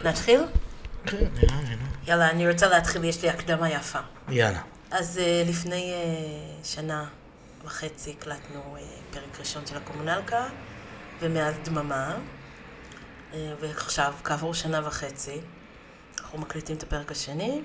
נתחיל? כן, נראה. יאללה, אני רוצה להתחיל, יש לי הקדמה יפה. יאללה. אז לפני שנה וחצי הקלטנו פרק ראשון של הקומונלקה, ומאז דממה, ועכשיו, כעבור שנה וחצי, אנחנו מקליטים את הפרק השני,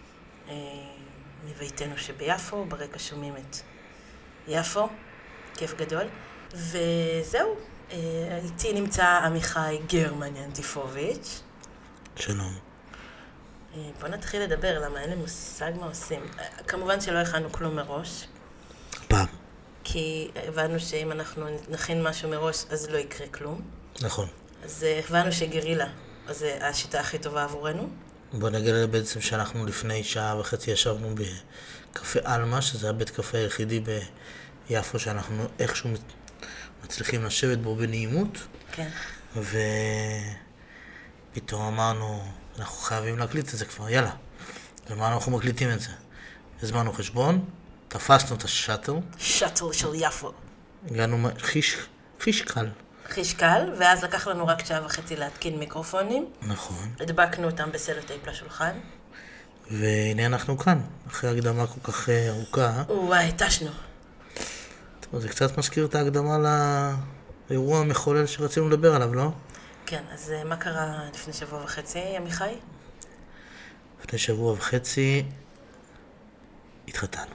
מביתנו שביפו, ברקע שומעים את יפו, כיף גדול, וזהו, איתי נמצא עמיחי גרמן ינטיפוביץ'. שלום. בוא נתחיל לדבר, למה אין לי מושג מה עושים. כמובן שלא הכנו כלום מראש. פעם. כי הבנו שאם אנחנו נכין משהו מראש, אז לא יקרה כלום. נכון. אז הבנו שגרילה, אז זה השיטה הכי טובה עבורנו. בוא נגיד בעצם שאנחנו לפני שעה וחצי ישבנו בקפה אלמה, שזה הבית קפה היחידי ביפו, שאנחנו איכשהו מצליחים לשבת בו בנעימות. כן. ופתאום אמרנו, אנחנו חייבים להקליט את זה כבר, יאללה. למה אנחנו מקליטים את זה? הזמנו חשבון, תפסנו את השאטל. שאטל של יפו. הגענו חיש קל. חיש קל, ואז לקח לנו רק שעה וחצי להתקין מיקרופונים. נכון. הדבקנו אותם בסלוטייפ לשולחן. והנה אנחנו כאן, אחרי הקדמה כל כך ארוכה. וואי, תשנו. טוב, זה קצת מזכיר את ההקדמה לאירוע המחולל שרצינו לדבר עליו, לא? כן, אז מה קרה לפני שבוע וחצי, עמיחי? לפני שבוע וחצי התחתנו.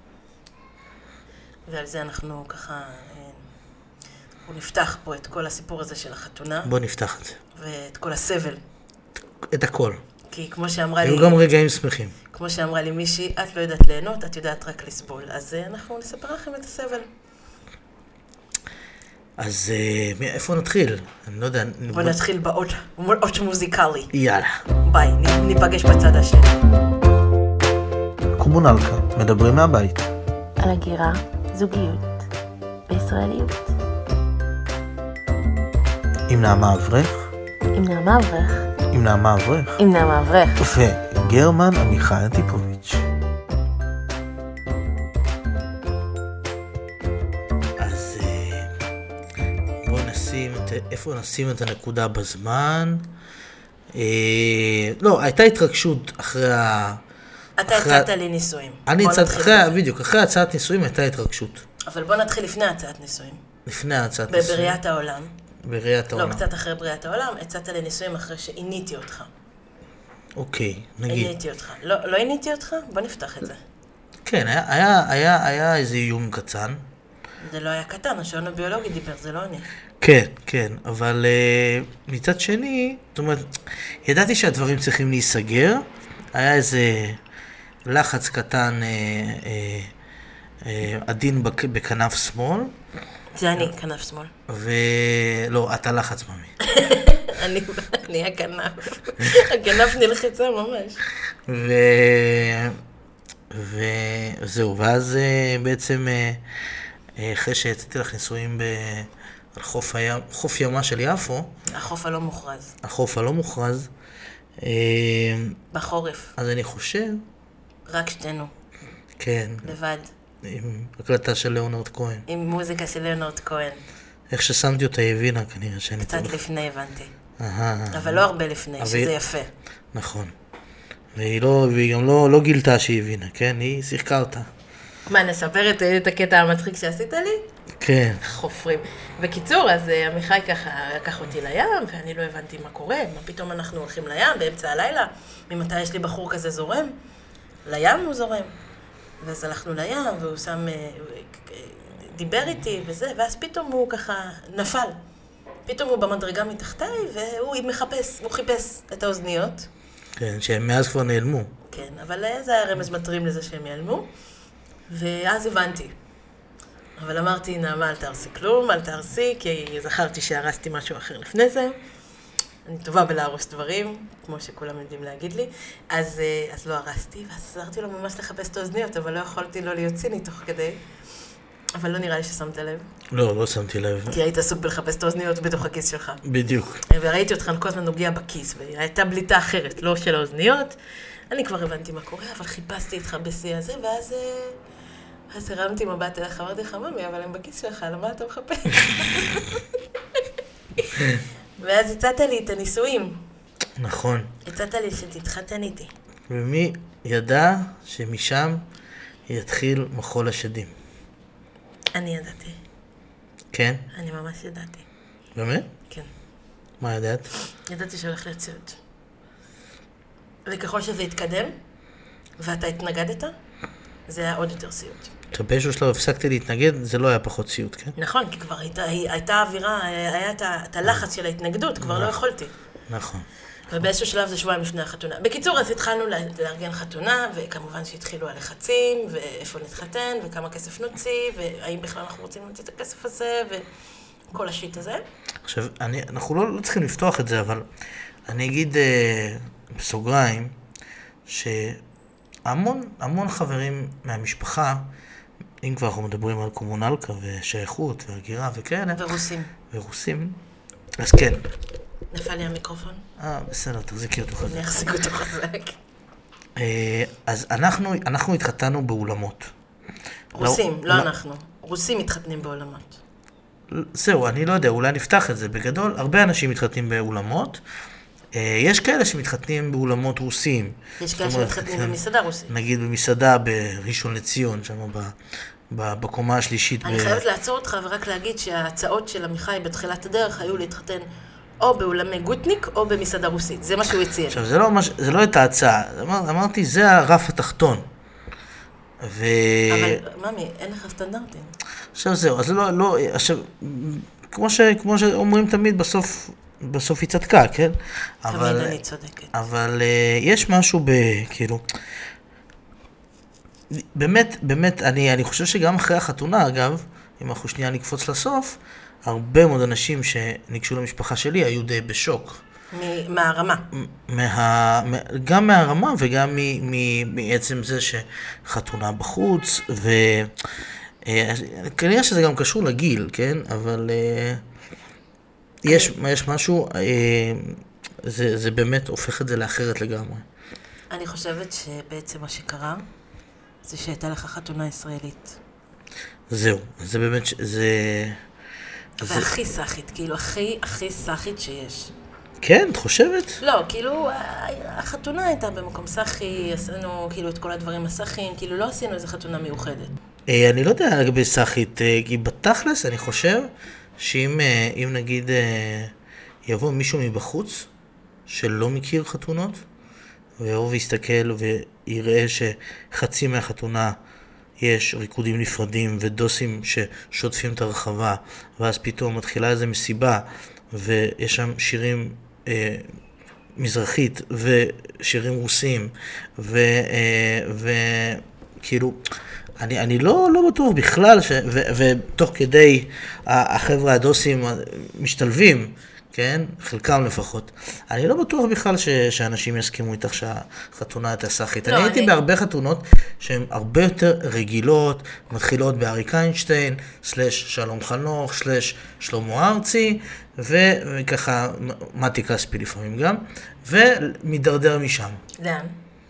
ועל זה אנחנו ככה, אנחנו נפתח פה את כל הסיפור הזה של החתונה. בוא נפתח את זה. ואת כל הסבל. את הכל. כי כמו שאמרה לי... היו גם רגעים שמחים. כמו שאמרה לי מישהי, את לא יודעת ליהנות, את יודעת רק לסבול. אז אנחנו נספר לכם את הסבל. אז איפה נתחיל? אני לא יודע. בוא נתחיל באות מוזיקלי. יאללה. ביי, ניפגש בצד השני. קומונלקה, מדברים מהבית. על הגירה, זוגיות, בישראליות. עם נעמה אברך. עם נעמה אברך. עם נעמה אברך. עם נעמה אברך. וגרמן עמיחי ינטיפוביץ'. אז בואו נשים איפה נשים את הנקודה בזמן. לא, הייתה התרגשות אחרי אתה הצעת לי נישואים. אני הצעת, בדיוק, אחרי הצעת נישואים הייתה התרגשות. אבל בוא נתחיל לפני הצעת נישואים. לפני הצעת נישואים. בבריאת העולם. בריאת העולם. לא, קצת אחרי בריאת העולם, הצעת לי נישואים אחרי שעיניתי אותך. אוקיי, נגיד. עיניתי אותך. לא עיניתי אותך? בוא נפתח את זה. כן, היה איזה איום קטן. זה לא היה קטן, השעון הביולוגי דיבר, זה לא אני. כן, כן, אבל מצד שני, זאת אומרת, ידעתי שהדברים צריכים להיסגר, היה איזה לחץ קטן עדין בכנף שמאל. זה אני, כנף שמאל. ולא, אתה לחץ ממי. אני הכנף. הכנף נלחצה ממש. וזהו, ואז בעצם אחרי שיצאתי לך ניסויים על חוף ימה של יפו. החוף הלא מוכרז. החוף הלא מוכרז. בחורף. אז אני חושב. רק שתינו. כן. לבד. עם הקלטה של ליאונרד כהן. עם מוזיקה של ליאונרד כהן. איך ששמתי אותה הבינה כנראה שאני קצת לפני הבנתי. אבל לא הרבה לפני, שזה יפה. נכון. והיא גם לא גילתה שהיא הבינה, כן? היא שיחקה אותה. מה, נספר את הקטע המצחיק שעשית לי? כן. חופרים. בקיצור, אז עמיחי ככה לקח אותי לים, ואני לא הבנתי מה קורה. מה פתאום אנחנו הולכים לים באמצע הלילה? ממתי יש לי בחור כזה זורם? לים הוא זורם. ואז הלכנו לים, והוא שם, דיבר איתי וזה, ואז פתאום הוא ככה נפל. פתאום הוא במדרגה מתחתיי, והוא חיפש את האוזניות. כן, שהם מאז כבר נעלמו. כן, אבל זה היה רמז מטרים לזה שהם ייעלמו. ואז הבנתי. אבל אמרתי, נעמה, אל תהרסי כלום, אל תהרסי, כי זכרתי שהרסתי משהו אחר לפני זה. אני טובה בלהרוס דברים, כמו שכולם יודעים להגיד לי. אז לא הרסתי, ואז עזרתי לו ממש לחפש את האוזניות, אבל לא יכולתי לא להיות ציני תוך כדי. אבל לא נראה לי ששמת לב. לא שמתי לב. כי היית עסוק בלחפש את האוזניות בתוך הכיס שלך. בדיוק. וראיתי אותך כל הזמן נוגע בכיס, והייתה בליטה אחרת, לא של האוזניות. אני כבר הבנתי מה קורה, אבל חיפשתי איתך בשיא הזה, ואז הרמתי מבט אליך, אמרתי לך, ממי, אבל הם בכיס שלך, למה אתה מחפש? ואז הצעת לי את הנישואים. נכון. הצעת לי שתתחתן איתי. ומי ידע שמשם יתחיל מחול השדים? אני ידעתי. כן? אני ממש ידעתי. באמת? כן. מה ידעת? ידעתי שהולך להיות סיוט. וככל שזה התקדם, ואתה התנגדת, זה היה עוד יותר סיוט. באיזשהו שלב הפסקתי להתנגד, זה לא היה פחות סיוט, כן? נכון, כי כבר הייתה אווירה, היה את הלחץ של ההתנגדות, כבר לא יכולתי. נכון. ובאיזשהו שלב זה שבועיים לפני החתונה. בקיצור, אז התחלנו לארגן חתונה, וכמובן שהתחילו הלחצים, ואיפה נתחתן, וכמה כסף נוציא, והאם בכלל אנחנו רוצים להוציא את הכסף הזה, וכל השיט הזה. עכשיו, אנחנו לא צריכים לפתוח את זה, אבל אני אגיד בסוגריים, שהמון חברים מהמשפחה, אם כבר אנחנו מדברים על קומונלקה ושייכות והגירה וכאלה. ורוסים. אז כן. נפל לי המיקרופון. בסדר, תחזיקי אותו חזק. אני אחזיק אותו חזק. אז אנחנו התחתנו באולמות. רוסים, לא אנחנו. רוסים מתחתנים באולמות. זהו, אני לא יודע, אולי נפתח את זה. בגדול, הרבה אנשים מתחתנים באולמות. יש כאלה שמתחתנים באולמות רוסיים. יש כאלה שמתחתנים במסעדה רוסית. נגיד במסעדה בראשון לציון, שם בקומה השלישית. אני חייבת לעצור אותך ורק להגיד שההצעות של עמיחי בתחילת הדרך היו להתחתן או באולמי גוטניק או במסעדה רוסית. זה מה שהוא הציע. עכשיו, זה לא הייתה הצעה. אמרתי, זה הרף התחתון. אבל, ממי, אין לך סטנדרטים. עכשיו זהו, אז לא, עכשיו, כמו שאומרים תמיד, בסוף היא צדקה, כן? תמיד אני צודקת. אבל יש משהו כאילו, באמת, אני חושב שגם אחרי החתונה, אגב, אם אנחנו שנייה נקפוץ לסוף, הרבה מאוד אנשים שניגשו למשפחה שלי היו די בשוק. מהרמה. גם מהרמה וגם מעצם זה שחתונה בחוץ, וכנראה שזה גם קשור לגיל, כן? אבל יש משהו, זה באמת הופך את זה לאחרת לגמרי. אני חושבת שבעצם מה שקרה, זה שהייתה לך חתונה ישראלית. זהו, זה באמת, והכי סחית, כאילו, הכי סחית שיש. כן, את חושבת? לא, כאילו, החתונה הייתה במקום סחי, עשינו כאילו את כל הדברים הסחיים, כאילו לא עשינו איזו חתונה מיוחדת. אני לא יודע לגבי סחית, כי בתכלס אני חושב שאם נגיד יבוא מישהו מבחוץ שלא מכיר חתונות, ויבוא ויסתכל ויראה שחצי מהחתונה יש ריקודים נפרדים ודוסים ששוטפים את הרחבה, ואז פתאום מתחילה איזו מסיבה, ויש שם שירים מזרחית ושירים רוסים, וכאילו, אני לא בטוח בכלל, ותוך כדי החבר'ה הדוסים משתלבים, כן? חלקם לפחות. אני לא בטוח בכלל שאנשים יסכימו איתך שהחתונה הייתה סחית. אני הייתי בהרבה חתונות שהן הרבה יותר רגילות, מתחילות באריק איינשטיין, שלום חנוך, שלמה ארצי, וככה מתי כספי לפעמים גם, ומדרדר משם. לאן?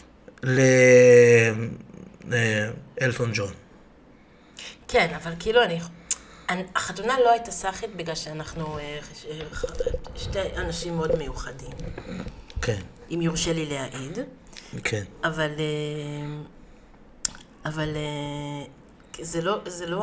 לאלטון ג'ון. כן, אבל כאילו החתונה לא הייתה סחית בגלל שאנחנו שתי אנשים מאוד מיוחדים. כן. אם יורשה לי להעיד. כן. אבל זה לא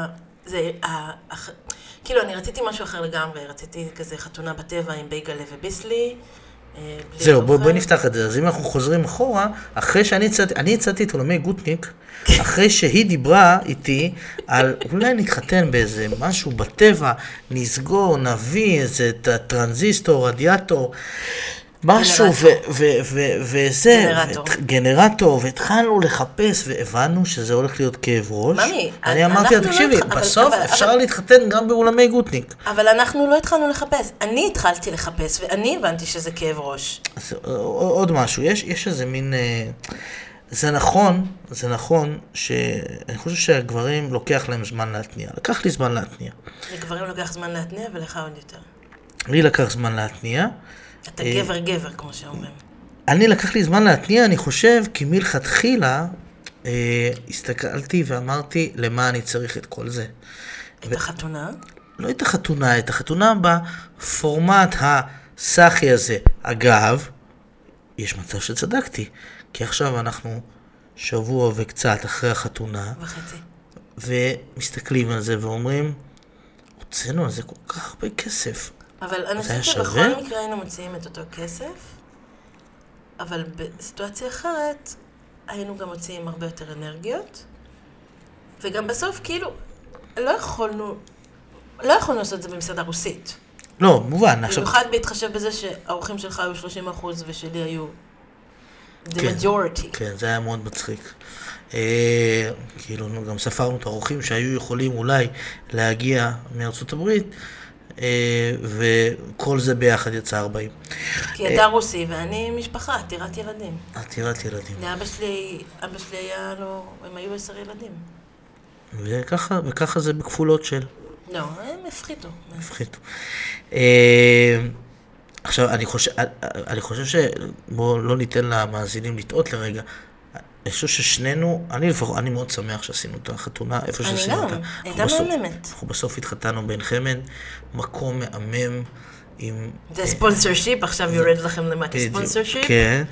כאילו אני רציתי משהו אחר לגמרי, רציתי כזה חתונה בטבע עם בייגלה וביסלי. זהו, בואי נפתח את זה. אז אם אנחנו חוזרים אחורה, אחרי שאני הצעתי את עולמי גוטניק, אחרי שהיא דיברה איתי על אולי נתחתן באיזה משהו בטבע, נסגור, נביא איזה טרנזיסטור, רדיאטור, משהו, וזה, גנרטור, והתחלנו לחפש, והבנו שזה הולך להיות כאב ראש. אני אמרתי לה, תקשיבי, בסוף אפשר להתחתן גם באולמי גוטניק. אבל אנחנו לא התחלנו לחפש. אני התחלתי לחפש, ואני הבנתי שזה כאב ראש. עוד משהו, יש איזה מין, זה נכון שאני חושב שהגברים לוקח להם זמן להתניע. לקח לי זמן להתניע. לגברים לוקח זמן להתניע, ולך עוד יותר. לי לקח זמן להתניע. אתה גבר, כמו שאומרים. אני לקח לי זמן להתניע, אני חושב, כי מלכתחילה הסתכלתי ואמרתי למה אני צריך את כל זה. את החתונה? לא את החתונה, את החתונה בפורמט סחי הזה. אגב, יש מצב שצדקתי, כי עכשיו אנחנו שבוע וקצת אחרי החתונה, וחצי. ומסתכלים על זה ואומרים, הוצאנו על זה כל כך הרבה כסף. אבל אני חושבת שבכל מקרה היינו מוציאים את אותו כסף, אבל בסיטואציה אחרת היינו גם מוציאים הרבה יותר אנרגיות, וגם בסוף כאילו לא יכולנו לעשות את זה במסעדה רוסית. לא, מובן. במיוחד בהתחשב בזה שהאורחים שלך היו 30% ושלי היו the majority. כן, זה היה מאוד מצחיק. כאילו, גם ספרנו את האורחים שהיו יכולים אולי להגיע מארצות הברית, וכל זה ביחד יצא 40. כי אתה רוסי ואני משפחה, עתירת ילדים. עתירת ילדים. לאבא שלי היה לו, הם היו 10 ילדים. וככה זה בכפולות של... לא, הם הפחיתו. עכשיו, אני חושב שבואו לא ניתן למאזינים לטעות לרגע. אני חושב ששנינו, אני מאוד שמח שעשינו את החתונה, איפה שעשינו אותה. אני גם, הייתה מהממת. אנחנו בסוף התחתנו בעין חמד, מקום מהמם עם... זה ספונסרשיפ, עכשיו יורד לכם למטה ספונסרשיפ. כן,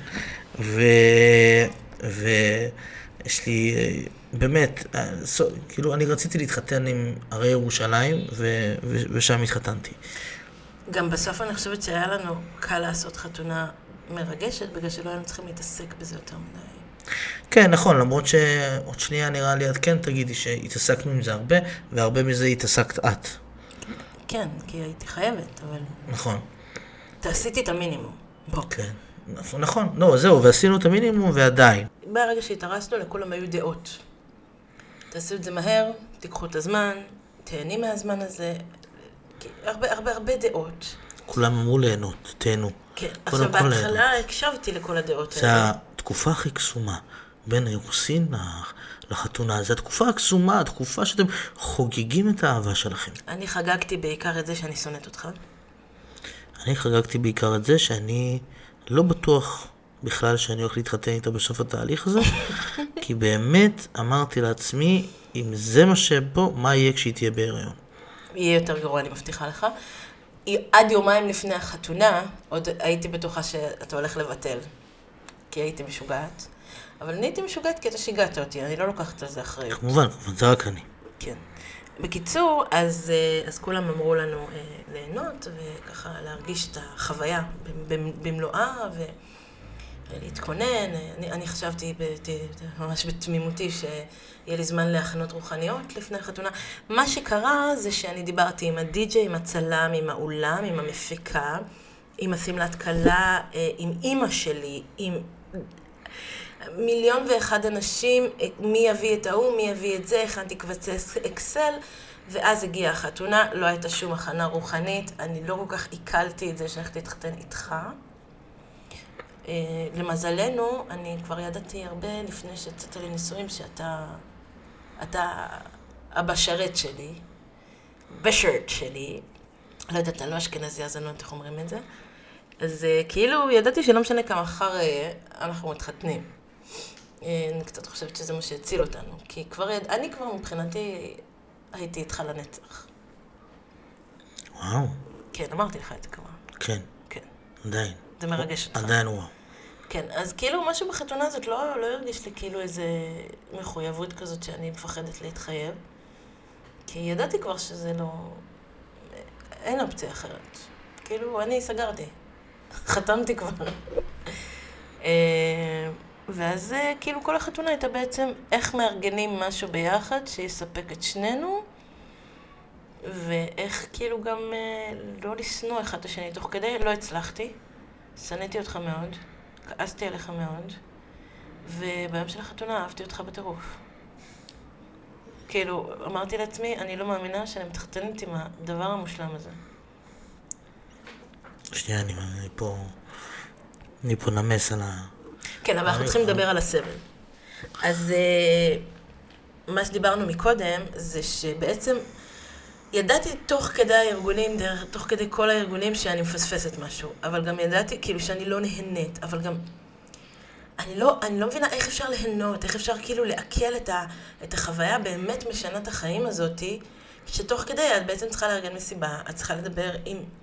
ויש לי, באמת, כאילו אני רציתי להתחתן עם הרי ירושלים, ושם התחתנתי. גם בסוף אני חושבת שהיה לנו קל לעשות חתונה מרגשת, בגלל שלא היינו צריכים להתעסק בזה יותר מדי. כן, נכון, למרות שעוד שנייה נראה לי, את כן תגידי שהתעסקנו עם זה הרבה, והרבה מזה התעסקת את. כן, כי הייתי חייבת, אבל... נכון. עשיתי את המינימום. בוא. כן, נכון, לא, זהו, ועשינו את המינימום ועדיין. ברגע שהתארסנו, לכולם היו דעות. תעשו את זה מהר, תיקחו את הזמן, תהני מהזמן הזה, הרבה דעות. כולם אמרו ליהנות, תהנו. כן, עכשיו בהתחלה הקשבתי לכל הדעות האלה. זה התקופה הכי קסומה, בין האירוסין לחתונה. זו התקופה הקסומה, התקופה שאתם חוגגים את האהבה שלכם. אני חגגתי בעיקר את זה שאני שונאת אותך. אני חגגתי בעיקר את זה שאני לא בטוח בכלל שאני הולך להתחתן איתה בסוף התהליך הזה, כי באמת אמרתי לעצמי, אם זה מה שבו, מה יהיה כשהיא תהיה בהיריון? יהיה יותר גרוע, אני מבטיחה לך. עד יומיים לפני החתונה, עוד הייתי בטוחה שאתה הולך לבטל, כי הייתי משוגעת. אבל אני הייתי משוגעת כי אתה שיגעת אותי, אני לא לוקחת על זה אחריות. כמובן, זה רק אני. כן. בקיצור, אז כולם אמרו לנו ליהנות, וככה להרגיש את החוויה במלואה, ולהתכונן. אני חשבתי ממש בתמימותי שיהיה לי זמן להכנות רוחניות לפני החתונה. מה שקרה זה שאני דיברתי עם הדי-ג'יי, עם הצלם, עם האולם, עם המפיקה, עם הסמלת כלה, עם אמא שלי, עם 1,001,000 אנשים, מי יביא את ההוא, מי יביא את זה, הכנתי קבצי אקסל, ואז הגיעה החתונה, לא הייתה שום הכנה רוחנית, אני לא כל כך עיכלתי את זה שהלכתי להתחתן איתך. למזלנו, אני כבר ידעתי הרבה לפני שיצאתי לנישואים שאתה הבשרת שלי, בשרט שלי, לא יודעת, אני לא אשכנזי, אז אני לא יודעת איך אומרים את זה. אז כאילו ידעתי שלא משנה כמה אחר אנחנו מתחתנים. אני קצת חושבת שזה מה שהציל אותנו, כי אני כבר מבחינתי הייתי איתך לנצח. וואו. כן, אמרתי לך את זה כבר. כן. כן. עדיין. זה מרגש אותך. עדיין וואו. כן, אז כאילו משהו בחתונה הזאת לא הרגיש לי כאילו איזה מחויבות כזאת שאני מפחדת להתחייב, כי ידעתי כבר שזה לא... אין אופציה אחרת. כאילו, אני סגרתי. חתמתי כבר. ואז כאילו כל החתונה הייתה בעצם איך מארגנים משהו ביחד שיספק את שנינו, ואיך כאילו גם לא לשנוא אחד את השני. תוך כדי לא הצלחתי, שנאתי אותך מאוד, כעסתי עליך מאוד, וביום של החתונה אהבתי אותך בטירוף. כאילו, אמרתי לעצמי, אני לא מאמינה שאני מתחתנת עם הדבר המושלם הזה. שנייה, אני פה נמס על ה... כן, אבל אנחנו צריכים לדבר על הסבל. אז מה שדיברנו מקודם, זה שבעצם ידעתי תוך כדי הארגונים, תוך כדי כל הארגונים שאני מפספסת משהו, אבל גם ידעתי כאילו שאני לא נהנית, אבל גם אני לא מבינה איך אפשר ליהנות, איך אפשר כאילו לעכל את החוויה באמת משנת החיים הזאת, שתוך כדי את בעצם צריכה לארגן מסיבה, את צריכה לדבר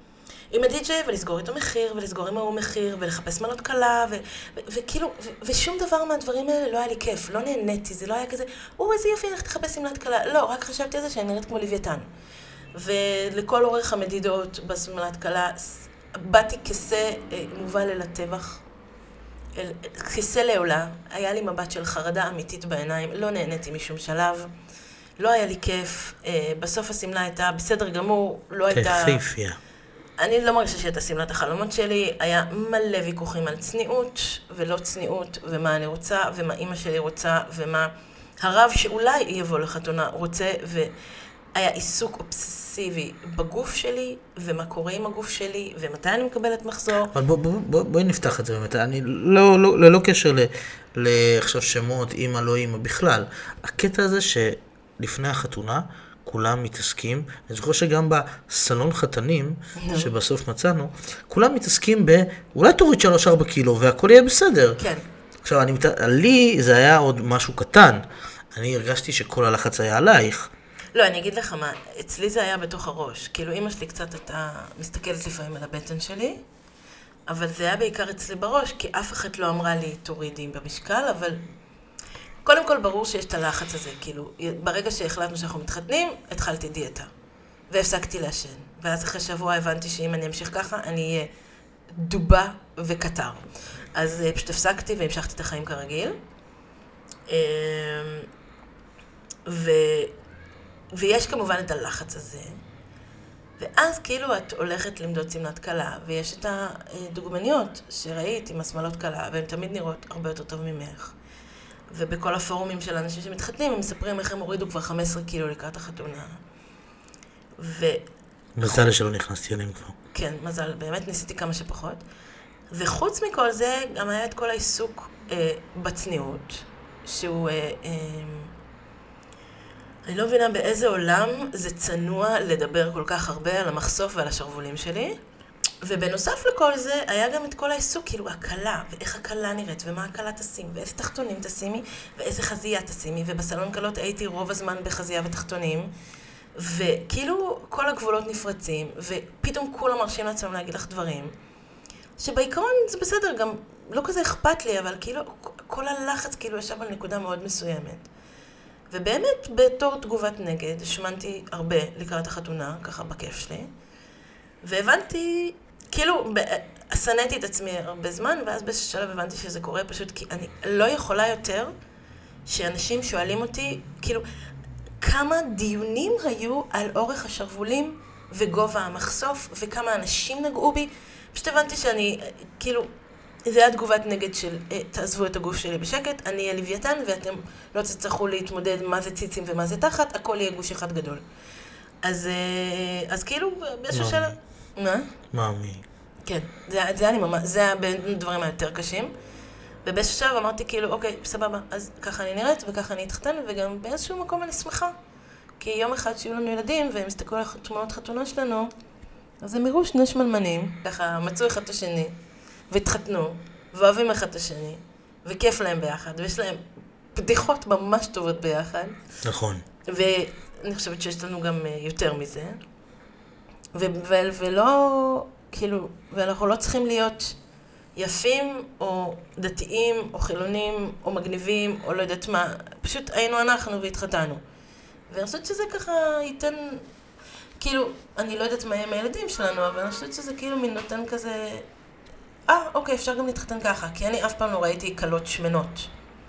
עם הדי-ג'יי ולסגור איתו מחיר, ולסגור עם ההוא מחיר, ולחפש שמלות קלה, וכאילו, ושום דבר מהדברים האלה לא היה לי כיף, לא נהניתי, זה לא היה כזה, איזה יופי, איך תחפש שמלת קלה, לא, רק חשבתי על זה שאני נראית כמו לוויתן. ולכל אורך המדידות בשמלת קלה, באתי כיסא מובל אל הטבח, כיסא לעולה, היה לי מבט של חרדה אמיתית בעיניים, לא נהניתי משום שלב, לא היה לי כיף, בסוף השמלה הייתה בסדר גמור, לא הייתה... כיפייפיה. אני לא מרגישה שהייתה שמלת החלומות שלי, היה מלא ויכוחים על צניעות ולא צניעות, ומה אני רוצה, ומה אמא שלי רוצה, ומה הרב שאולי יבוא לחתונה רוצה, והיה עיסוק אובססיבי בגוף שלי, ומה קורה עם הגוף שלי, ומתי אני מקבלת מחזור. אבל בואי נפתח את זה באמת, אני ללא קשר לעכשיו שמות, אמא לא אמא, בכלל. הקטע הזה שלפני החתונה, כולם מתעסקים, אני זוכר שגם בסלון חתנים, שבסוף מצאנו, כולם מתעסקים אולי תוריד 3-4 קילו, והכל יהיה בסדר. כן. עכשיו, לי זה היה עוד משהו קטן, אני הרגשתי שכל הלחץ היה עלייך. לא, אני אגיד לך מה, אצלי זה היה בתוך הראש. כאילו, אמא שלי קצת הייתה מסתכלת לפעמים על הבטן שלי, אבל זה היה בעיקר אצלי בראש, כי אף אחד לא אמרה לי תורידי במשקל, אבל קודם כל ברור שיש את הלחץ הזה, כאילו, ברגע שהחלטנו שאנחנו מתחתנים, התחלתי דיאטה, והפסקתי לעשן. ואז אחרי שבוע הבנתי שאם אני אמשיך ככה, אני אהיה דובה וקטר. אז פשוט הפסקתי והמשכתי את החיים כרגיל. ויש כמובן את הלחץ הזה, ואז כאילו את הולכת למדוד שמלת קלה, ויש את הדוגמניות שראית עם השמלות קלה, והן תמיד נראות הרבה יותר טוב ממך. ובכל הפורומים של אנשים שמתחתנים, הם מספרים איך הם הורידו כבר 15 קילו לקראת החתונה. מזל שלא נכנסתי אליהם כבר. כן, מזל, באמת ניסיתי כמה שפחות. וחוץ מכל זה, גם היה את כל העיסוק בצניעות, שהוא... אני לא מבינה באיזה עולם זה צנוע לדבר כל כך הרבה על המחשוף ועל השרבולים שלי. ובנוסף לכל זה, היה גם את כל העיסוק, כאילו הקלה, ואיך הקלה נראית, ומה הקלה תשים, ואיזה תחתונים תשימי, ואיזה חזייה תשימי, ובסלון קלות הייתי רוב הזמן בחזייה ותחתונים, וכאילו כל הגבולות נפרצים, ופתאום כולם מרשים לעצמם להגיד לך דברים, שבעיקרון זה בסדר, גם לא כזה אכפת לי, אבל כאילו כל הלחץ כאילו ישב על נקודה מאוד מסוימת. ובאמת בתור תגובת נגד, השמנתי הרבה לקראת החתונה, ככה בכיף שלי, והבנתי, כאילו, סנאתי את עצמי הרבה זמן, ואז בשלב הבנתי שזה קורה פשוט כי אני לא יכולה יותר שאנשים שואלים אותי, כאילו, כמה דיונים היו על אורך השרבולים וגובה המחשוף, וכמה אנשים נגעו בי. פשוט הבנתי שאני, כאילו, זה היה תגובת נגד של, תעזבו את הגוף שלי בשקט, אני אהיה לוויתן, ואתם לא תצטרכו להתמודד מה זה ציצים ומה זה תחת, הכל יהיה גוש אחד גדול. אז כאילו, באיזשהו שלב... מה? מאמי. כן, זה היה לי ממש, זה היה בין הדברים היותר קשים. ובאיזשהו שלב אמרתי כאילו, אוקיי, סבבה, אז ככה אני נראית וככה אני אתחתן, וגם באיזשהו מקום אני שמחה. כי יום אחד שיהיו לנו ילדים, והם הסתכלו על תמונות חתונה שלנו, אז הם הראו שני שמלמנים, ככה מצאו אחד את השני, והתחתנו, ואוהבים אחד את השני, וכיף להם ביחד, ויש להם בדיחות ממש טובות ביחד. נכון. ואני חושבת שיש לנו גם יותר מזה. ולא, כאילו, ואנחנו לא צריכים להיות יפים, או דתיים, או חילונים, או מגניבים, או לא יודעת מה. פשוט היינו אנחנו והתחתנו. ואני חושבת שזה ככה ייתן, כאילו, אני לא יודעת מה עם הילדים שלנו, אבל אני חושבת שזה כאילו מין נותן כזה, אוקיי, אפשר גם להתחתן ככה, כי אני אף פעם לא ראיתי קלות שמנות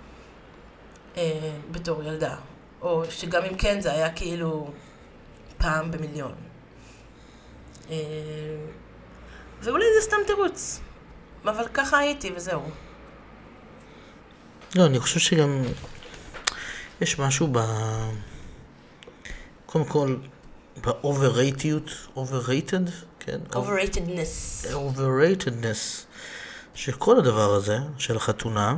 בתור ילדה. או שגם אם כן, זה היה כאילו פעם במיליון. ואולי זה סתם תירוץ, אבל ככה הייתי וזהו. לא, אני חושב שגם יש משהו קודם כל, overrated, כן? overratedness, שכל הדבר הזה, של החתונה,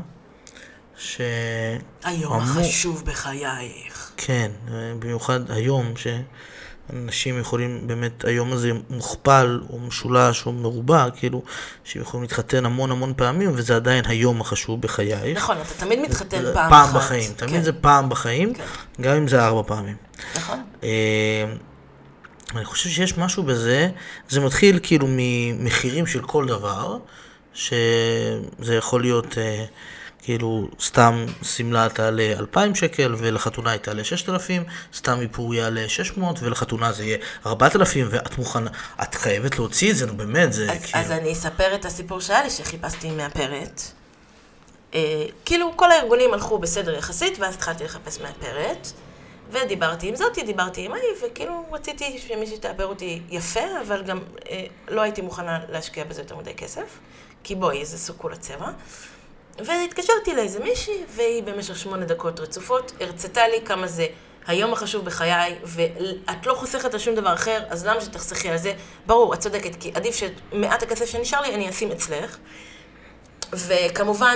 היום החשוב בחייך. כן, במיוחד היום, אנשים יכולים, באמת, היום הזה מוכפל, או משולש, או מרובע, כאילו, שהם יכולים להתחתן המון פעמים, וזה עדיין היום החשוב בחייך. נכון, אתה תמיד מתחתן פעם אחת. פעם בחיים, תמיד זה פעם בחיים, גם אם זה 4 פעמים. נכון. אני חושב שיש משהו בזה, זה מתחיל כאילו ממחירים של כל דבר, שזה יכול להיות כאילו סתם סמלה תעלה 2,000 שקל ולחתונה היא תעלה 6,000, סתם איפור יעלה 600 ולחתונה זה יהיה 4,000 ואת מוכנה, את חייבת להוציא את זה, נו באמת, זה כאילו... אז אני אספר את הסיפור שהיה לי שחיפשתי מאפרת. כאילו כל הארגונים הלכו בסדר יחסית ואז התחלתי לחפש מאפרת. ודיברתי עם זאתי, דיברתי עם ההיא, וכאילו רציתי שמישהי תאפר אותי יפה, אבל גם לא הייתי מוכנה להשקיע בזה יותר מדי כסף, כי בואי, זה סוכול הצבע. והתקשרתי לאיזה מישהי, והיא במשך 8 דקות רצופות, הרצתה לי כמה זה היום החשוב בחיי, ואת לא חוסכת על שום דבר אחר, אז למה שתחסכי על זה? ברור, את צודקת, כי עדיף שמעט הכסף שנשאר לי, אני אשים אצלך. וכמובן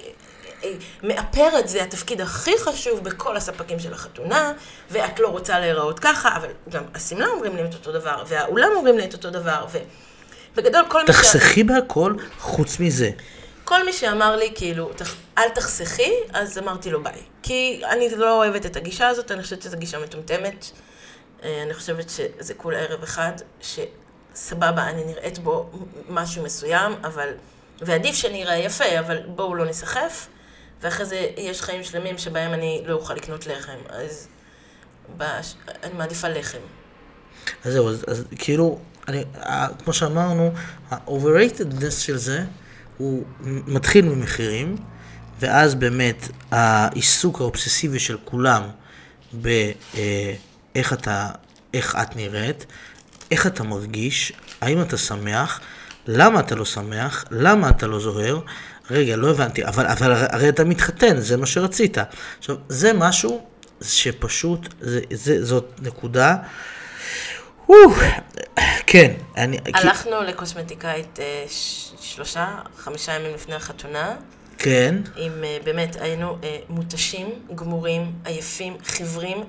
מאפרת זה התפקיד הכי חשוב בכל הספקים של החתונה, ואת לא רוצה להיראות ככה, אבל גם הסמלה אומרים לי את אותו דבר, והאולם אומרים לי את אותו דבר, ובגדול כל מי תחסכי בהכל חוץ מזה. כל מי שאמר לי, כאילו, אל תחסכי, אז אמרתי לו ביי. כי אני לא אוהבת את הגישה הזאת, אני חושבת שזו גישה מטומטמת. אני חושבת שזה כול ערב אחד, שסבבה, אני נראית בו משהו מסוים, אבל... ועדיף שאני אראה יפה, אבל בואו לא נסחף. ואחרי זה יש חיים שלמים שבהם אני לא אוכל לקנות לחם, אז אני מעדיפה לחם. אז זהו, אז כאילו, כמו שאמרנו, ה-overratedness של זה, הוא מתחיל ממחירים, ואז באמת העיסוק האובססיבי של כולם באיך את נראית, איך אתה מרגיש, האם אתה שמח, למה אתה לא שמח, למה אתה לא זוהר, רגע, לא הבנתי, אבל הרי אתה מתחתן, זה מה שרצית. עכשיו, זה משהו שפשוט, זאת נקודה, כן. הלכנו לקוסמטיקאית 3-5 ימים לפני החתונה. כן. עם באמת היינו מותשים, גמורים, עייפים, חיוורים,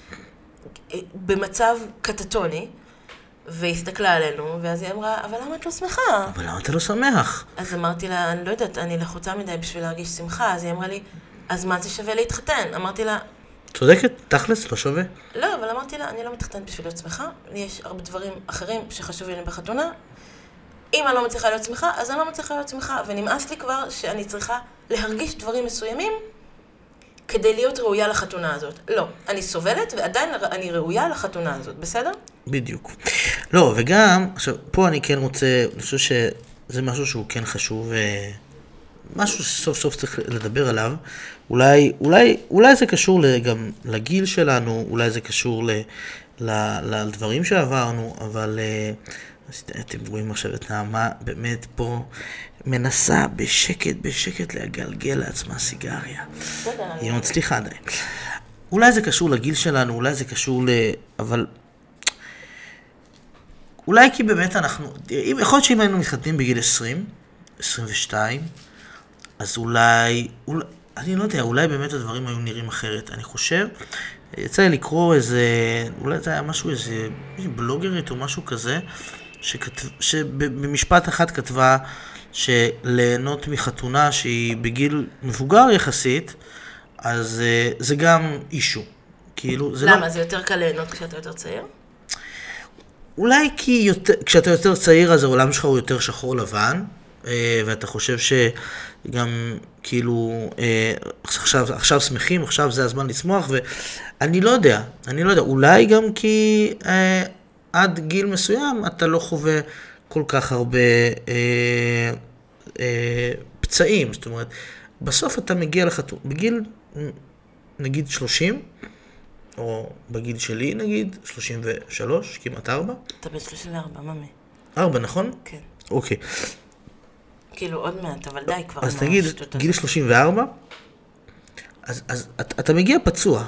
במצב קטטוני. והסתכלה עלינו, ואז היא אמרה, אבל למה את לא שמחה? אבל למה אתה לא שמח? אז אמרתי לה, אני לא יודעת, אני לחוצה מדי בשביל להרגיש שמחה, אז היא אמרה לי, אז מה זה שווה להתחתן? אמרתי לה... צודקת, תכלס, לא שווה. לא, אבל אמרתי לה, אני לא מתחתנת בשביל להיות שמחה, יש הרבה דברים אחרים שחשובים לי בחתונה. אם אני לא מצליחה להיות שמחה, אז אני לא מצליחה להיות שמחה, ונמאס לי כבר שאני צריכה להרגיש דברים מסוימים, כדי להיות ראויה לחתונה הזאת. לא, אני סובלת ועדיין אני ראויה לחתונה הזאת, בסדר? בדיוק. לא, וגם, עכשיו, פה אני כן רוצה, אני חושב שזה משהו שהוא כן חשוב, משהו שסוף סוף צריך לדבר עליו. אולי זה קשור גם לגיל שלנו, אולי זה קשור לדברים שעברנו, אבל אתם רואים עכשיו את נעמה באמת פה מנסה בשקט לגלגל לעצמה סיגריה. היא מצליחה עדיין. אולי זה קשור לגיל שלנו, אולי זה קשור אבל... אולי כי באמת אנחנו... יכול להיות שאם היינו מתחתנים בגיל 20, 22, אז אולי... אני לא יודע, אולי באמת הדברים היו נראים אחרת. אני חושב, יצא לי לקרוא איזה... אולי זה היה משהו, איזה בלוגרית או משהו כזה, שבמשפט אחד כתבה שליהנות מחתונה שהיא בגיל מבוגר יחסית, אז זה גם אישו. כאילו, זה למה? זה יותר קל ליהנות כשאתה יותר צעיר? אולי כי כשאתה יותר צעיר אז העולם שלך הוא יותר שחור לבן, ואתה חושב שגם כאילו עכשיו שמחים, עכשיו זה הזמן לשמוח, ואני לא יודע, אולי גם כי עד גיל מסוים אתה לא חווה כל כך הרבה פצעים, זאת אומרת, בסוף אתה מגיע בגיל נגיד 30, או בגיל שלי נגיד 33, כמעט 4. אתה בן 34, ממי. 4, נכון? כן. אוקיי. כאילו עוד מעט, אבל די כבר. אז נגיד, גיל 34, אז אתה מגיע פצוע.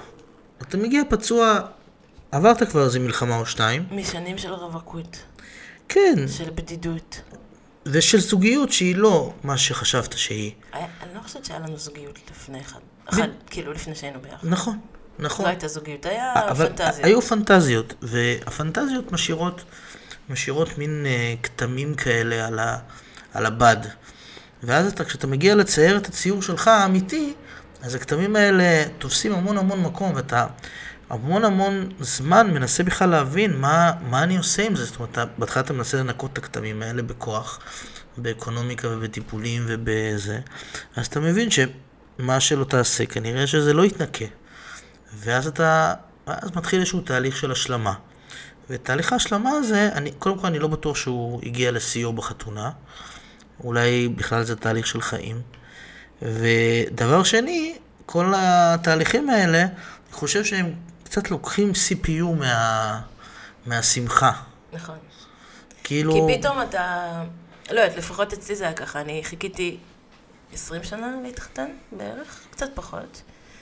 עברת כבר איזה מלחמה או 2. משנים של רווקות. כן. של בדידות. ושל זוגיות שהיא לא מה שחשבת שהיא. אני לא חושבת שהיה לנו זוגיות לפני כאילו לפני שהיינו ביחד. נכון. לא הייתה זוגיות, היה פנטזיות. היו פנטזיות, והפנטזיות משאירות מין כתמים כאלה על הבד. ואז כשאתה מגיע לצייר את הציור שלך האמיתי, אז הכתמים האלה תופסים המון מקום, המון זמן מנסה בכלל להבין מה אני עושה עם זה. זאת אומרת, בהתחלה אתה מנסה לנקות את הכתמים האלה בכוח, באקונומיקה ובטיפולים ובזה, אז אתה מבין שמה שלא תעשה, כנראה שזה לא יתנקה. ואז מתחיל איזשהו תהליך של השלמה. ותהליך ההשלמה הזה, קודם כל אני לא בטוח שהוא הגיע לסיור בחתונה, אולי בכלל זה תהליך של חיים. ודבר שני, כל התהליכים האלה, אני חושב שהם קצת לוקחים CPU מהשמחה. נכון. כאילו... כי פתאום אתה... לא יודעת, לפחות אצלי זה היה ככה, אני חיכיתי 20 שנה להתחתן בערך, קצת פחות.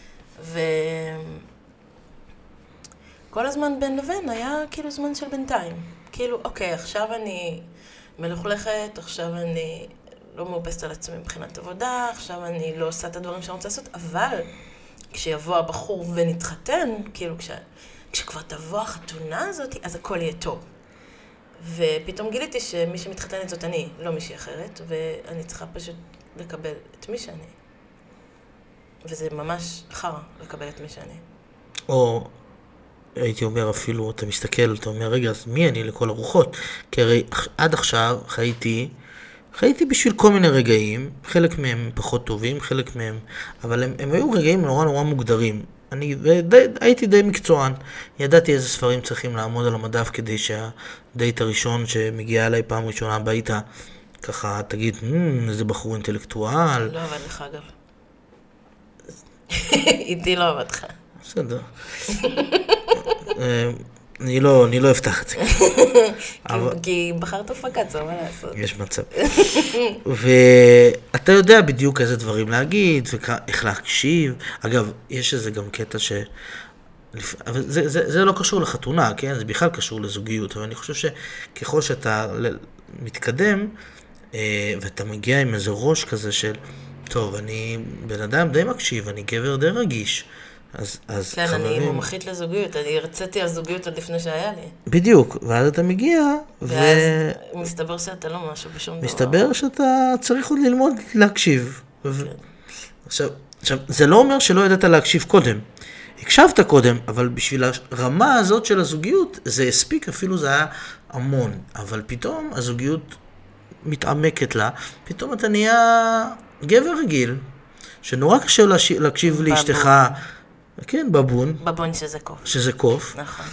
כל הזמן בין לבין היה כאילו זמן של בינתיים. כאילו, אוקיי, עכשיו אני מלוכלכת, עכשיו אני לא מאופסת על עצמי מבחינת עבודה, עכשיו אני לא עושה את הדברים שאני רוצה לעשות, אבל כשיבוא הבחור ונתחתן, כאילו כשכבר תבוא החתונה הזאת, אז הכל יהיה טוב. ופתאום גיליתי שמי שמתחתנת זאת אני, לא מישהי אחרת, ואני צריכה פשוט לקבל את מי שאני. וזה ממש חרא לקבל את מי שאני. או... הייתי אומר אפילו, אתה מסתכל, אתה אומר, רגע, אז מי אני לכל הרוחות? כי הרי עד עכשיו חייתי בשביל כל מיני רגעים, חלק מהם פחות טובים, חלק מהם, אבל הם היו רגעים נורא מוגדרים. הייתי די מקצוען, ידעתי איזה ספרים צריכים לעמוד על המדף כדי שהדייט הראשון שמגיע אליי פעם ראשונה הביתה, ככה תגיד, איזה בחור אינטלקטואל. לא עבד לך אגב. איתי לא עבד לך. בסדר. אני לא אפתח את זה. כי בחרת הפקת, זה מה לעשות. יש מצב. ואתה יודע בדיוק איזה דברים להגיד, ואיך להקשיב. אגב, יש איזה גם קטע זה לא קשור לחתונה, כן? זה בכלל קשור לזוגיות, אבל אני חושב שככל שאתה מתקדם, ואתה מגיע עם איזה ראש כזה של, טוב, אני בן אדם די מקשיב, אני גבר די רגיש, אז כן, חברים... אני מומחית לזוגיות, אני הרציתי על זוגיות עוד לפני שהיה לי. בדיוק, ואז אתה מגיע, ואז מסתבר שאתה לא משהו בשום דבר. מסתבר שאתה צריך עוד ללמוד להקשיב. כן. עכשיו, זה לא אומר שלא ידעת להקשיב קודם. הקשבת קודם, אבל בשביל הרמה הזאת של הזוגיות, זה הספיק, אפילו זה היה המון. אבל פתאום הזוגיות מתעמקת לה, פתאום אתה נהיה גבר רגיל, שנורא קשה להקשיב לאשתך, כן, בבון. בבון שזה קוף. שזה קוף. נכון.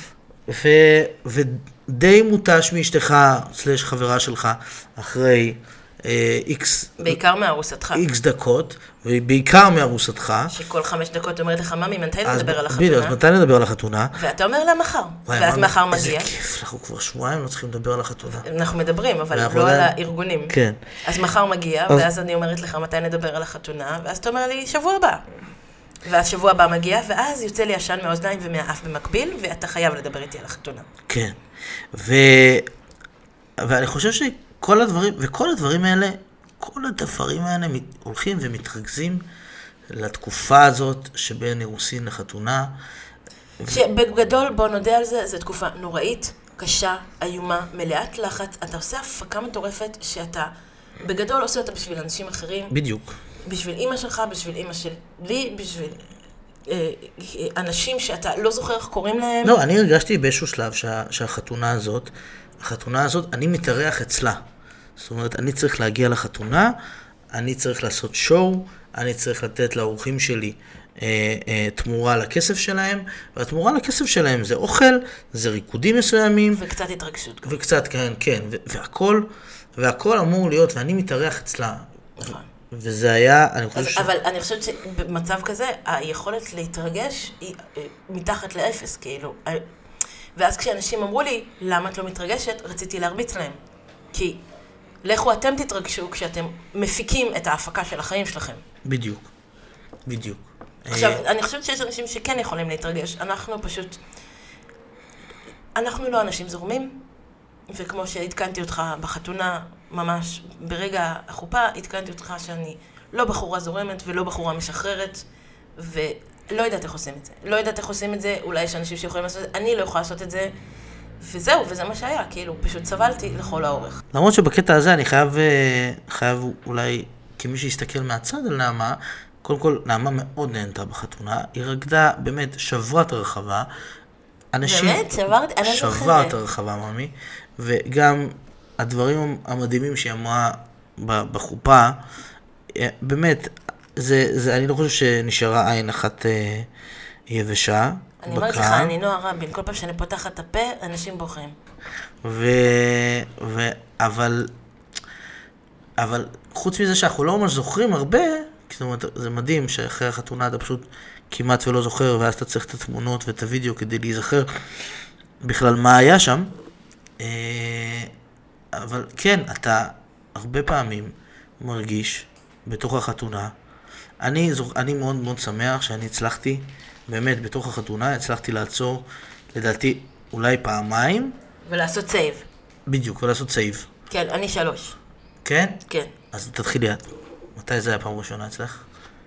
ודי מוטש מאשתך, סלש חברה שלך, אחרי איקס... בעיקר מארוסתך. איקס דקות, ובעיקר מארוסתך. שכל 5 דקות אומרת לך, ממי, מתי נדבר על החתונה? בדיוק, אז מתי נדבר על החתונה? ואתה אומר לה מחר. ואז מחר מגיע. איזה כיף, אנחנו כבר שבועיים לא צריכים לדבר על החתונה. אנחנו מדברים, אבל לא על הארגונים. כן. אז מחר מגיע, ואז אני אומרת לך, מתי נדבר על החתונה? ואז אתה אומר לי, שבוע הבא. ואז שבוע הבא מגיע, ואז יוצא לי עשן מהאוזניים ומהאף במקביל, ואתה חייב לדבר איתי על החתונה. כן. ואני חושב שכל הדברים, וכל הדברים האלה, כל הדברים האלה הולכים ומתרכזים לתקופה הזאת שבין אירוסין לחתונה. שבגדול, בוא נודה על זה, זו תקופה נוראית, קשה, איומה, מלאת לחץ. אתה עושה הפקה מטורפת שאתה בגדול עושה אותה בשביל אנשים אחרים. בדיוק. בשביל אמא שלך, בשביל אמא שלי, בשביל אנשים שאתה לא זוכר איך קוראים להם. לא, אני הרגשתי באיזשהו שלב שהחתונה הזאת, אני מתארח אצלה. זאת אומרת, אני צריך להגיע לחתונה, אני צריך לעשות שואו, אני צריך לתת לאורחים שלי תמורה לכסף שלהם, והתמורה לכסף שלהם זה אוכל, זה ריקודים מסוימים. וקצת התרגשות. וקצת, כן, והכל אמור להיות, ואני מתארח אצלה. נכון. וזה היה, אני חושב אבל אני חושבת שבמצב כזה, היכולת להתרגש היא מתחת לאפס, כאילו. ואז כשאנשים אמרו לי, למה את לא מתרגשת, רציתי להרביץ להם. כי לכו אתם תתרגשו כשאתם מפיקים את ההפקה של החיים שלכם. בדיוק. עכשיו, אני חושבת שיש אנשים שכן יכולים להתרגש. אנחנו פשוט, אנחנו לא אנשים זורמים, וכמו שהתקנתי אותך בחתונה, ממש ברגע החופה, התקנתי אותך שאני לא בחורה זורמת ולא בחורה משחררת, ולא יודעת איך עושים את זה. לא יודעת איך עושים את זה, אולי יש אנשים שיכולים לעשות את זה, אני לא יכולה לעשות את זה, וזהו, וזה מה שהיה, כאילו, פשוט סבלתי לכל האורך. למרות שבקטע הזה אני חייב אולי, כמי שיסתכל מהצד על נעמה, קודם כל, נעמה מאוד נהנתה בחתונה, היא רקדה, באמת, שברה את הרחבה. אנשים... באמת? שברתי? אני לא זוכרת. שברה את הרחבה, ממי. וגם הדברים המדהימים שהיא אמרה בחופה, באמת, אני לא חושב שנשארה עין אחת יבשה. אני אומרת לך, אני נועה רבין, כל פעם שאני פותחת את הפה, אנשים בוכים. אבל חוץ מזה שאנחנו לא ממש זוכרים הרבה, זאת אומרת, זה מדהים שאחרי החתונה אתה פשוט כמעט ולא זוכר, ואז אתה צריך את התמונות ואת הוידאו כדי להיזכר בכלל מה היה שם. אבל כן, אתה הרבה פעמים מרגיש בתוך החתונה. אני מאוד מאוד שמח שאני הצלחתי, באמת בתוך החתונה, הצלחתי לעצור, לדעתי, אולי פעמיים. ולעשות סייב. בדיוק, ולעשות סייב. כן, אני 3. כן? כן. אז תתחילי את. מתי זה היה פעם ראשונה אצלך?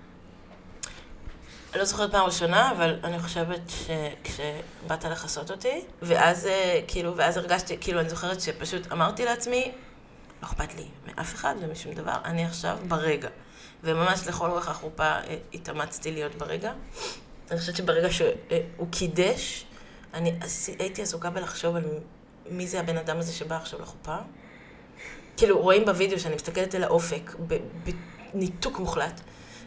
אני לא זוכרת פעם ראשונה, אבל אני חושבת שכשבאת לחסות אותי, ואז הרגשתי, אני זוכרת שפשוט אמרתי לעצמי, לא אכפת לי מאף אחד ומשום דבר, אני עכשיו ברגע. וממש לכל אורך החופה התאמצתי להיות ברגע. אני חושבת שברגע שהוא קידש, אני הייתי עסוקה בלחשוב על מי זה הבן אדם הזה שבא עכשיו לחופה. כאילו, רואים בווידאו שאני מסתכלת אל האופק, בניתוק מוחלט.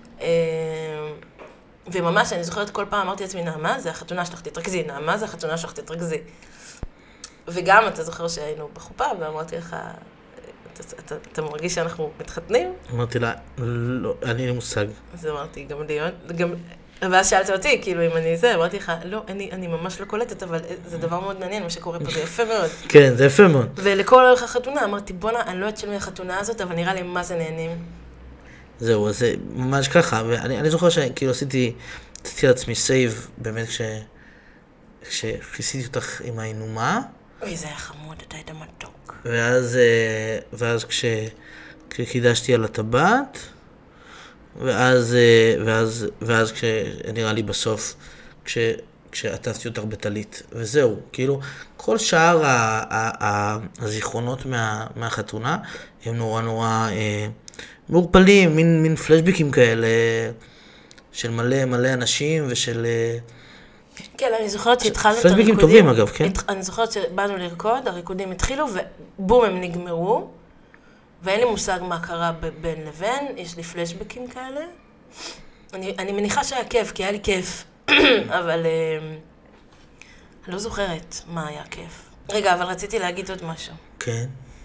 וממש, אני זוכרת כל פעם, אמרתי לעצמי, נעמה, זה החתונה שלך, תתרכזי, נעמה, זה החתונה שלך, תתרכזי. וגם, אתה זוכר שהיינו בחופה, ואמרתי לך, אתה מרגיש שאנחנו מתחתנים? אמרתי לה, לא, אני אין מושג. אז אמרתי, גם ואז שאלת אותי, כאילו, אם אני זה, אמרתי לך, לא, אני ממש לא קולטת, אבל זה דבר מאוד מעניין, מה שקורה פה, זה יפה מאוד. כן, זה יפה מאוד. ולכל אורך החתונה, אמרתי, בונה, אני לא יודעת של מי החתונה הזאת, אבל נראה לי מה זה נהנים. זהו, אז זה ממש ככה, ואני זוכר שכאילו עשיתי לעצמי סייב, באמת כשכיסיתי אותך עם העינומה. אוי, זה היה חמוד, אתה היית מתוק. ואז כשקידשתי על הטבעת, ואז כשנראה לי בסוף, כשעטפתי אותך בטלית, וזהו, כאילו, כל שאר הזיכרונות מהחתונה, הם נורא נורא מעורפלים, מין פלשבקים כאלה, של מלא אנשים ושל... כן, אני זוכרת שהתחלנו את הריקודים. פלשבקים טובים אגב, כן? אני זוכרת שבאנו לרקוד, הריקודים התחילו, ובום, הם נגמרו. ואין לי מושג מה קרה בין לבין, יש לי פלשבקים כאלה. אני מניחה שהיה כיף, כי היה לי כיף, אבל אני לא זוכרת מה היה כיף. רגע, אבל רציתי להגיד עוד משהו. כן.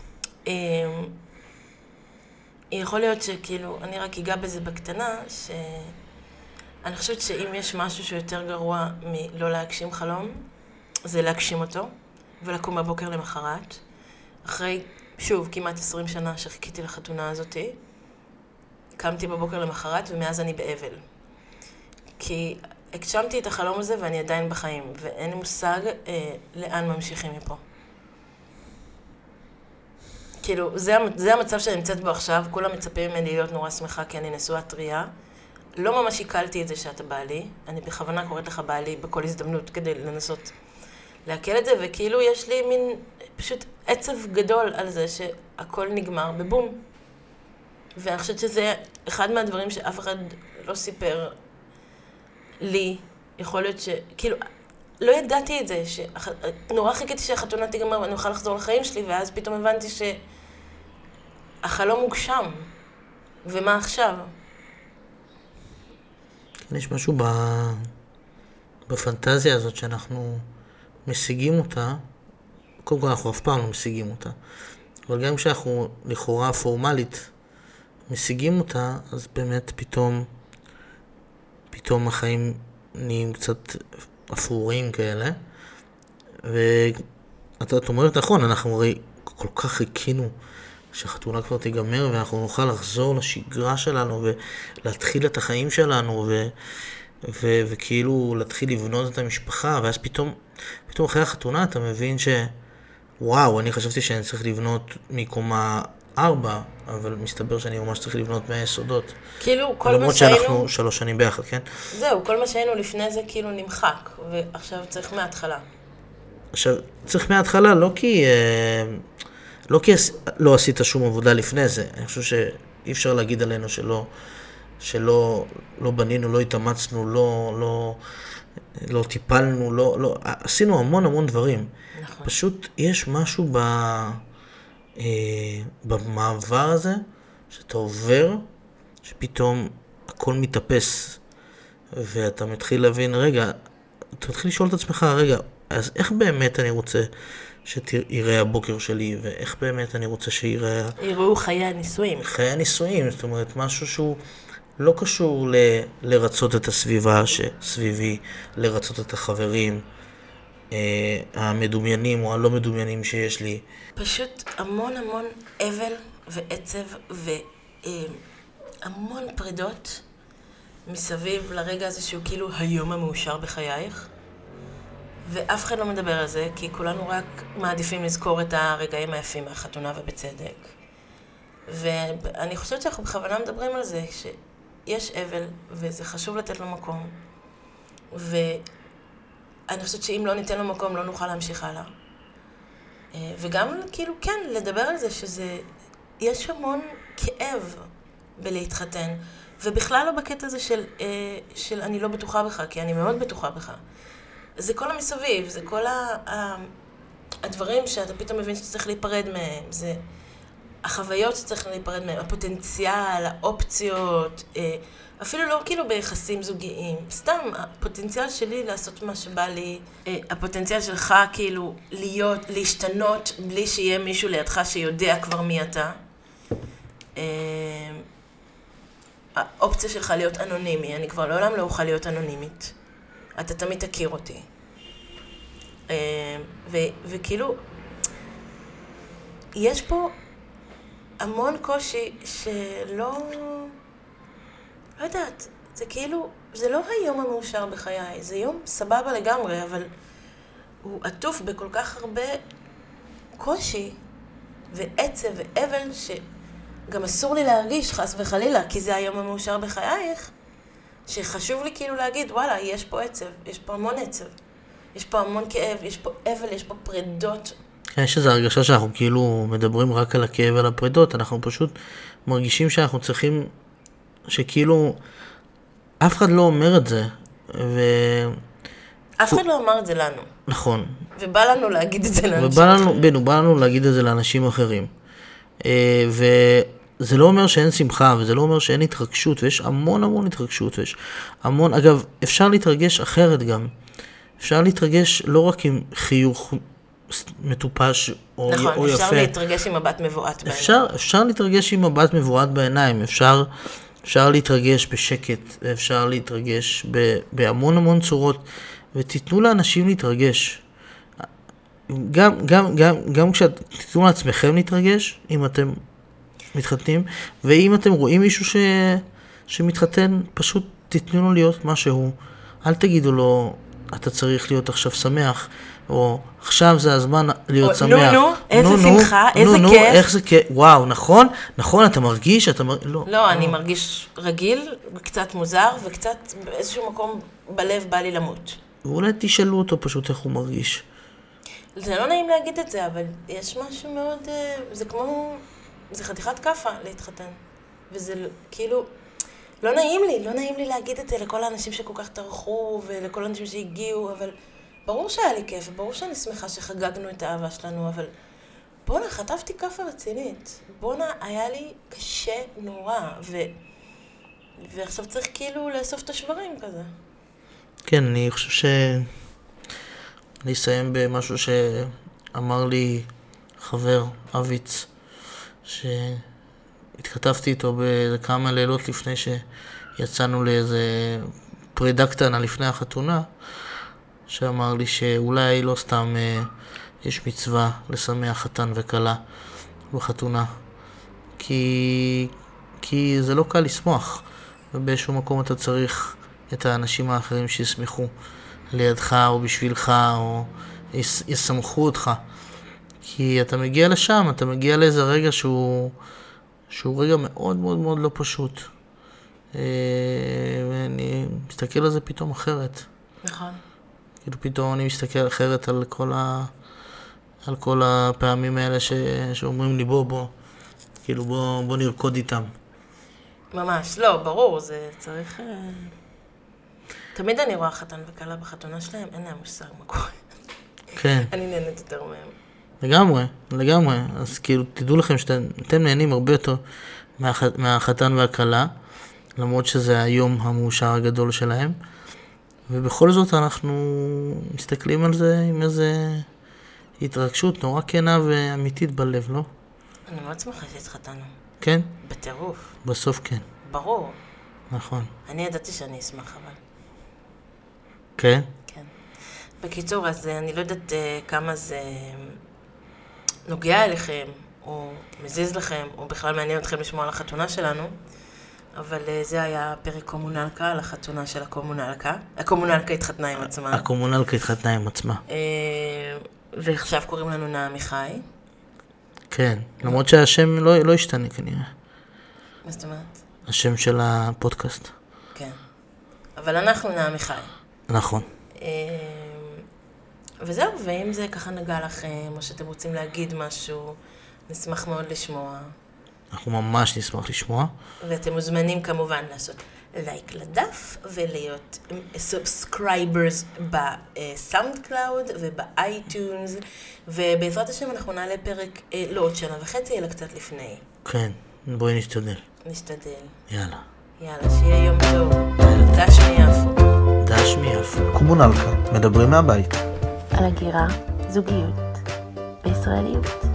יכול להיות שכאילו, אני רק אגע בזה בקטנה, אני חושבת שאם יש משהו שיותר גרוע מלא להגשים חלום, זה להגשים אותו, ולקום בבוקר למחרת, אחרי... שוב, כמעט 20 שנה שחיכיתי לחתונה הזאתי, קמתי בבוקר למחרת ומאז אני באבל. כי הגשמתי את החלום הזה ואני עדיין בחיים, ואין לי מושג לאן ממשיכים מפה. כאילו, זה המצב שאני נמצאת בו עכשיו, כולם מצפים ממני להיות נורא שמחה כי אני נשואה טריה. לא ממש עיקלתי את זה שאתה בעלי, אני בכוונה קוראת לך בעלי בכל הזדמנות כדי לנסות להקל את זה, וכאילו יש לי מין פשוט עצב גדול על זה שהכל נגמר בבום. ואני חושבת שזה אחד מהדברים שאף אחד לא סיפר לי. יכול להיות שכאילו, לא ידעתי את זה, נורא חיכיתי שהחתונה תיגמר ואני אוכל לחזור לחיים שלי, ואז פתאום הבנתי שהחלום מוגשם. ומה עכשיו? יש משהו בפנטזיה הזאת שאנחנו משיגים אותה, קודם כל אנחנו אף פעם לא משיגים אותה, אבל גם כשאנחנו לכאורה פורמלית משיגים אותה, אז באמת פתאום החיים נהיים קצת אפורים כאלה, ואתה אומרת נכון, אנחנו הרי כל כך חיכינו שהחתונה כבר תיגמר ואנחנו נוכל לחזור לשגרה שלנו ולהתחיל את החיים שלנו וכאילו להתחיל לבנות את המשפחה, ואז פתאום אחרי החתונה אתה מבין שוואו, אני חשבתי שאני צריך לבנות מקומה 4, אבל מסתבר שאני ממש צריך לבנות מהיסודות. כאילו כל מה למרות שאנחנו 3 שנים ביחד, כן? זהו, כל מה שהיינו לפני זה כאילו נמחק, ועכשיו צריך מההתחלה. עכשיו, צריך מההתחלה לא כי לא עשית שום עבודה לפני זה. אני חושב שאי אפשר להגיד עלינו שלא לא בנינו, לא התאמצנו, לא טיפלנו, עשינו המון דברים. נכון. פשוט יש משהו במעבר הזה, שאתה עובר, שפתאום הכל מתאפס, ואתה מתחיל להבין, רגע, אתה מתחיל לשאול את עצמך, רגע, אז איך באמת אני רוצה שיראה הבוקר שלי, ואיך באמת אני רוצה שיראה... יראו חיי הנישואים. חיי הנישואים, זאת אומרת, משהו שהוא לא קשור לרצות את הסביבה שסביבי, לרצות את החברים, המדומיינים או הלא מדומיינים שיש לי. פשוט המון אבל ועצב והמון פרידות מסביב לרגע הזה שהוא כאילו היום המאושר בחייך. ואף אחד לא מדבר על זה, כי כולנו רק מעדיפים לזכור את הרגעים היפים מהחתונה ובצדק. ואני חושבת שאנחנו בכוונה מדברים על זה, שיש אבל וזה חשוב לתת לו מקום. ואני חושבת שאם לא ניתן לו מקום לא נוכל להמשיך הלאה. וגם כאילו כן, לדבר על זה שזה, יש המון כאב בלהתחתן, ובכלל לא בקטע הזה של אני לא בטוחה בך, כי אני מאוד בטוחה בך. זה כל המסביב, זה כל הדברים שאתה פתאום מבין שאתה צריך להיפרד מהם, זה החוויות שצריך להיפרד מהם, הפוטנציאל, האופציות, אפילו לא כאילו ביחסים זוגיים, סתם הפוטנציאל שלי לעשות מה שבא לי, הפוטנציאל שלך כאילו להשתנות בלי שיהיה מישהו לידך שיודע כבר מי אתה, האופציה שלך להיות אנונימי, אני כבר לעולם לא אוכל להיות אנונימית, אתה תמיד תכיר אותי, וכאילו יש פה המון קושי שלא... לא יודעת, זה כאילו, זה לא היום המאושר בחיי, זה יום סבבה לגמרי, אבל הוא עטוף בכל כך הרבה קושי ועצב ואבל שגם אסור לי להרגיש חס וחלילה, כי זה היום המאושר בחייך, שחשוב לי כאילו להגיד, וואלה, יש פה עצב, יש פה המון עצב, יש פה המון כאב, יש פה אבל, יש פה פרידות. יש איזו הרגשה שאנחנו כאילו מדברים רק על הכאב ועל הפרידות, אנחנו פשוט מרגישים שאנחנו צריכים... שכאילו, אף אחד לא אומר את זה, אף אחד לא אמר את זה לנו. נכון. ובא לנו להגיד את זה לאנשים אחרים. בא לנו להגיד את זה לאנשים אחרים. וזה לא אומר שאין שמחה, וזה לא אומר שאין התרגשות, ויש המון התרגשות, ויש המון, אגב, אפשר להתרגש אחרת גם. אפשר להתרגש לא רק עם חיוך מטופש או יפה. נכון, אפשר להתרגש עם מבט מבועת בעיניים. אפשר להתרגש עם מבט מבועת בעיניים, אפשר להתרגש בשקט, אפשר להתרגש בהמון צורות, ותיתנו לאנשים להתרגש. גם כשתיתנו לעצמכם להתרגש, אם אתם מתחתנים, ואם אתם רואים מישהו שמתחתן, פשוט תיתנו לו להיות מה שהוא. אל תגידו לו, אתה צריך להיות עכשיו שמח, או עכשיו זה הזמן להיות שמח. איזה שמחה, איזה כיף. איך זה כיף, וואו, נכון, אתה מרגיש, לא, אני מרגיש רגיל, קצת מוזר, וקצת באיזשהו מקום בלב בא לי למות. ואולי תשאלו אותו פשוט איך הוא מרגיש. זה לא נעים להגיד את זה, אבל יש משהו מאוד, זה כמו, זה חתיכת כפה להתחתן. וזה כאילו, לא נעים לי להגיד את זה לכל האנשים שכל כך טרחו, ולכל האנשים שהגיעו, אבל ברור שהיה לי כיף, וברור שאני שמחה שחגגנו את האהבה שלנו, אבל בונה, חטפתי כפה רצינית. בונה, היה לי קשה נורא, ועכשיו צריך כאילו לאסוף את השברים כזה. כן, אני חושב אני אסיים במשהו שאמר לי חבר, אביץ, שהתכתבתי איתו בכמה לילות לפני שיצאנו לאיזה פרידה קטנה לפני החתונה, שאמר לי שאולי לא סתם יש מצווה לשמח חתן וכלה בחתונה, כי זה לא קל לשמוח, ובאיזשהו מקום אתה צריך את האנשים האחרים שישמחו לידך או בשבילך או ישמחו אותך, כי אתה מגיע לשם, אתה מגיע לאיזה רגע שהוא רגע מאוד מאוד מאוד לא פשוט, ואני מסתכל על זה פתאום אחרת. נכון. כאילו פתאום אני מסתכל אחרת על כל הפעמים האלה שאומרים לי בוא, כאילו בוא נרקוד איתם. ממש, לא, ברור, זה צריך... תמיד אני רואה חתן וקלה בחתונה שלהם, אין להם מושג מה קורה. כן. אני נהנית יותר מהם. לגמרי, לגמרי. אז כאילו, תדעו לכם שאתם נהנים הרבה יותר מהחתן והקלה, למרות שזה היום המאושר הגדול שלהם. ובכל זאת אנחנו מסתכלים על זה עם איזה התרגשות נורא כנה ואמיתית בלב, לא? אני מאוד שמחה שהתחתנו. כן? בטירוף. בסוף כן. ברור. נכון. אני ידעתי שאני אשמח, אבל... כן? כן. בקיצור, אז אני לא יודעת כמה זה נוגע אליכם, או מזיז לכם, או בכלל מעניין אתכם לשמוע על החתונה שלנו, אבל זה היה פרק קומונלקה על החתונה של הקומונלקה. הקומונלקה התחתנה עם עצמה. הקומונלקה התחתנה עם עצמה. ועכשיו קוראים לנו נעה מיכאי. כן, למרות שהשם לא השתנה כנראה. מה זאת אומרת? השם של הפודקאסט. כן. אבל אנחנו נעה מיכאי. נכון. וזהו, ואם זה ככה נגע לכם, או שאתם רוצים להגיד משהו, נשמח מאוד לשמוע. אנחנו ממש נשמח לשמוע. ואתם מוזמנים כמובן לעשות לייק לדף, ולהיות סאבסקרייברס בסאונד קלאוד ובאייטיונס, ובעזרת השם אנחנו נעלה פרק לא עוד 1.5 שנה, אלא קצת לפני. כן, בואי נשתדל. נשתדל. יאללה. יאללה, שיהיה יום טוב. דש מיפו. דש מיפו. קומונלקה, מדברים מהבית. על הגירה, זוגיות, בישראליות.